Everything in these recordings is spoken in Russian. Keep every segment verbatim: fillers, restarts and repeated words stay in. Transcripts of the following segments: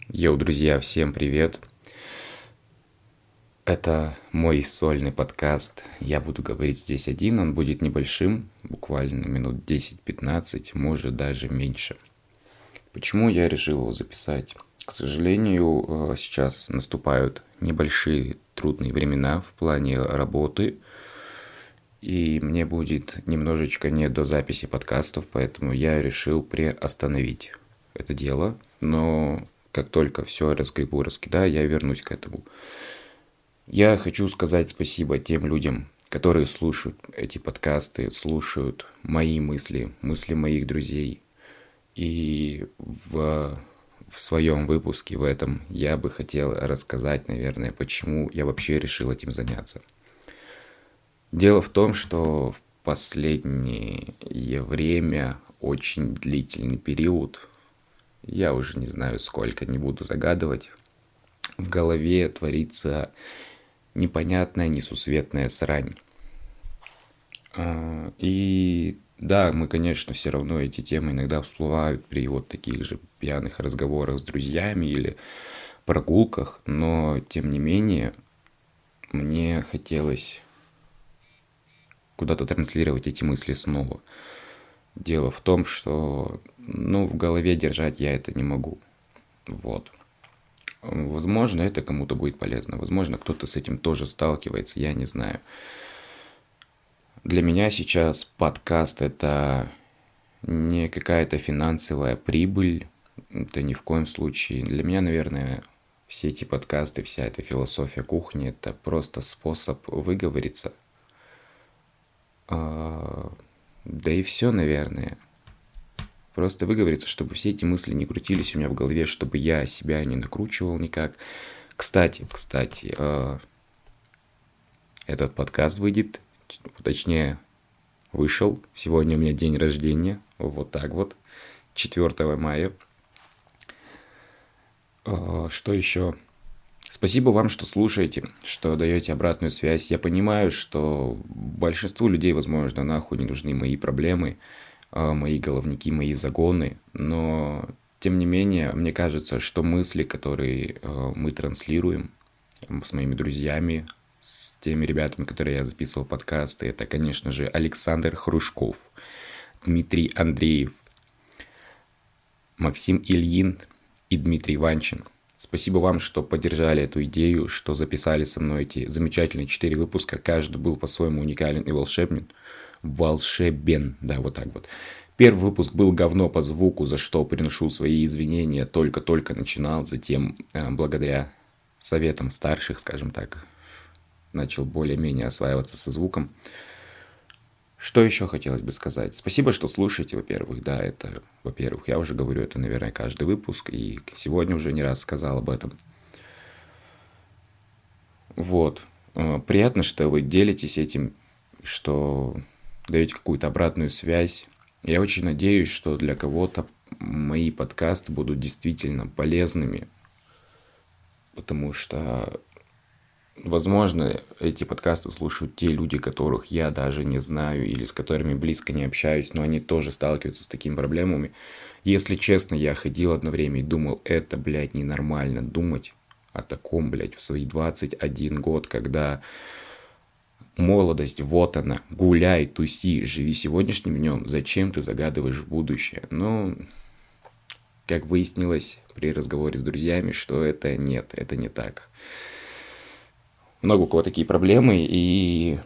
Йоу, друзья, всем привет! Это мой сольный подкаст. Я буду говорить здесь один, он будет небольшим, буквально минут десять-пятнадцать, может даже меньше. Почему я решил его записать? К сожалению, сейчас наступают небольшие трудные времена в плане работы, и мне будет немножечко не до записи подкастов, поэтому я решил приостановить это дело, но как только все разгребу, раскидаю, я вернусь к этому. Я хочу сказать спасибо тем людям, которые слушают эти подкасты, слушают мои мысли, мысли моих друзей. И в, в своем выпуске, в этом, я бы хотел рассказать, наверное, почему я вообще решил этим заняться. Дело в том, что в последнее время, очень длительный период, я уже не знаю сколько, не буду загадывать, в голове творится непонятная, несусветная срань. И да, мы, конечно, все равно эти темы иногда всплывают при вот таких же пьяных разговорах с друзьями или прогулках, но тем не менее мне хотелось куда-то транслировать эти мысли снова. Дело в том, что ну, в голове держать я это не могу. Вот. Возможно, это кому-то будет полезно. Возможно, кто-то с этим тоже сталкивается, я не знаю. Для меня сейчас подкаст – это не какая-то финансовая прибыль. Это ни в коем случае. Для меня, наверное, все эти подкасты, вся эта философия кухни – это просто способ выговориться. Да и все, наверное. Просто выговориться, чтобы все эти мысли не крутились у меня в голове, чтобы я себя не накручивал никак. Кстати, кстати, этот подкаст выйдет, точнее, вышел. Сегодня у меня день рождения, вот так вот, четвёртого мая. Что еще? Спасибо вам, что слушаете, что даете обратную связь. Я понимаю, что большинству людей, возможно, нахуй не нужны мои проблемы, мои головники, мои загоны, но тем не менее, мне кажется, что мысли, которые мы транслируем с моими друзьями, с теми ребятами, которые я записывал подкасты, это, конечно же, Александр Хрушков, Дмитрий Андреев, Максим Ильин и Дмитрий Ванчин. Спасибо вам, что поддержали эту идею, что записали со мной эти замечательные четыре выпуска. Каждый был по-своему уникален и волшебен. Волшебен, да, вот так вот. Первый выпуск был говно по звуку, за что приношу свои извинения. Только-только начинал, затем, благодаря советам старших, скажем так, начал более-менее осваиваться со звуком. Что еще хотелось бы сказать? Спасибо, что слушаете, во-первых. Да, это, во-первых, я уже говорю это, наверное, каждый выпуск. И сегодня уже не раз сказал об этом. Вот. Приятно, что вы делитесь этим, что даете какую-то обратную связь. Я очень надеюсь, что для кого-то мои подкасты будут действительно полезными. Потому что, возможно, эти подкасты слушают те люди, которых я даже не знаю или с которыми близко не общаюсь, но они тоже сталкиваются с такими проблемами. Если честно, я ходил одно время и думал, это, блядь, ненормально думать о таком, блядь, в свои двадцать один год, когда молодость, вот она, гуляй, туси, живи сегодняшним днем, зачем ты загадываешь будущее? Но, как выяснилось при разговоре с друзьями, что это нет, это не так. Много у кого такие проблемы, и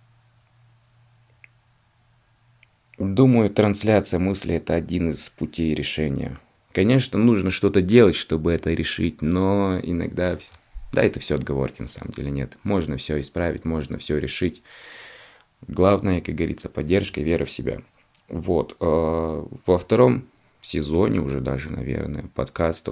думаю, трансляция мысли – это один из путей решения. Конечно, нужно что-то делать, чтобы это решить, но иногда, да, это все отговорки, на самом деле, нет. Можно все исправить, можно все решить. Главное, как говорится, поддержка и вера в себя. Вот. Во втором сезоне уже даже, наверное, подкастов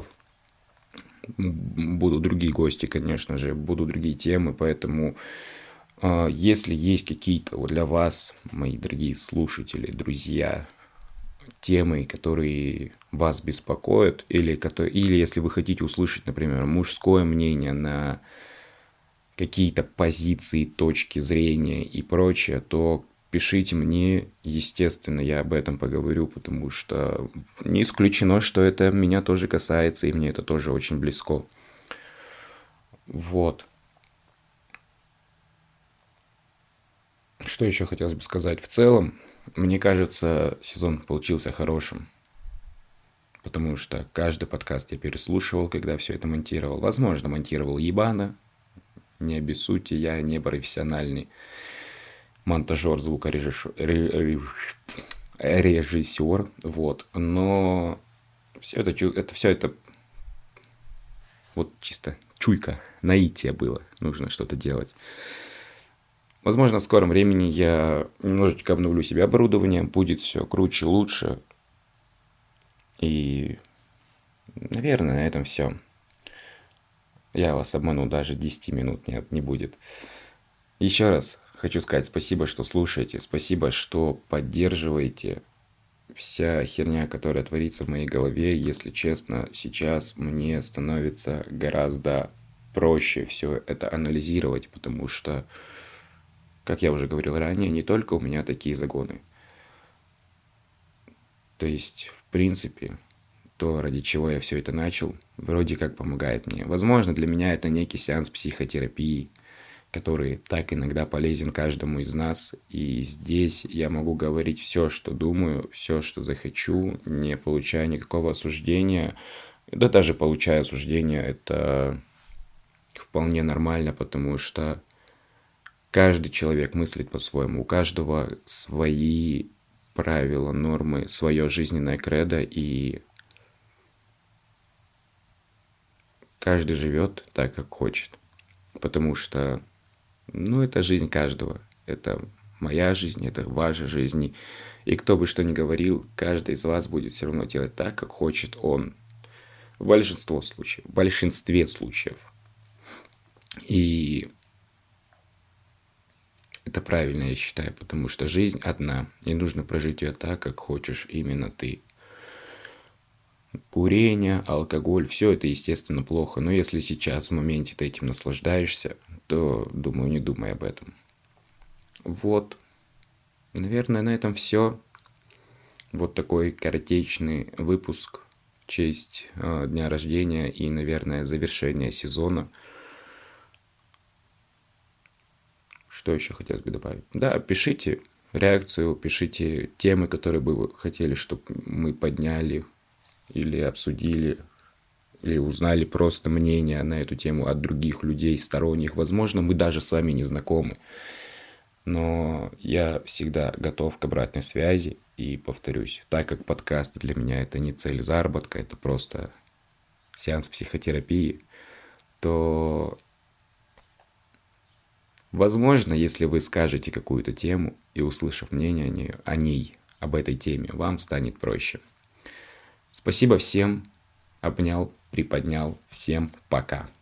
будут другие гости, конечно же, будут другие темы, поэтому если есть какие-то для вас, мои дорогие слушатели, друзья, темы, которые вас беспокоят, или, или если вы хотите услышать, например, мужское мнение на какие-то позиции, точки зрения и прочее, то пишите мне, естественно, я об этом поговорю, потому что не исключено, что это меня тоже касается, и мне это тоже очень близко. Вот. Что еще хотелось бы сказать? В целом, мне кажется, сезон получился хорошим, потому что каждый подкаст я переслушивал, когда все это монтировал. Возможно, монтировал ебано, не обессудьте, я не профессиональный монтажер, звукорежиссер, режиссер, вот. Но все это, это, все это вот чисто чуйка, наитие было. Нужно что-то делать. Возможно, в скором времени я немножечко обновлю себе оборудование, будет все круче, лучше. И, наверное, на этом все. Я вас обманул, даже десять минут нет, не будет. Еще раз хочу сказать спасибо, что слушаете, спасибо, что поддерживаете. Вся херня, которая творится в моей голове, если честно, сейчас мне становится гораздо проще все это анализировать, потому что, как я уже говорил ранее, не только у меня такие загоны. То есть, в принципе, то, ради чего я все это начал, вроде как помогает мне. Возможно, для меня это некий сеанс психотерапии, который так иногда полезен каждому из нас. И здесь я могу говорить все, что думаю, все, что захочу, не получая никакого осуждения. Да даже получая осуждение, это вполне нормально, потому что каждый человек мыслит по-своему, у каждого свои правила, нормы, свое жизненное кредо, и каждый живет так, как хочет. Потому что, ну, это жизнь каждого. Это моя жизнь, это ваша жизнь. И кто бы что ни говорил, каждый из вас будет все равно делать так, как хочет он. В большинстве случаев. В большинстве случаев. И это правильно, я считаю, потому что жизнь одна, и нужно прожить ее так, как хочешь именно ты. Курение, алкоголь, все это, естественно, плохо, но если сейчас в моменте ты этим наслаждаешься, то, думаю, не думай об этом. Вот, наверное, на этом все. Вот такой коротечный выпуск в честь э, дня рождения и, наверное, завершения сезона. Что еще хотелось бы добавить? Да, пишите реакцию, пишите темы, которые бы вы хотели, чтобы мы подняли или обсудили, или узнали просто мнение на эту тему от других людей, сторонних. Возможно, мы даже с вами не знакомы. Но я всегда готов к обратной связи. И повторюсь, так как подкаст для меня это не цель заработка, это просто сеанс психотерапии, то, возможно, если вы скажете какую-то тему и, услышав мнение о ней, о ней, об этой теме, вам станет проще. Спасибо всем. Обнял, приподнял. Всем пока.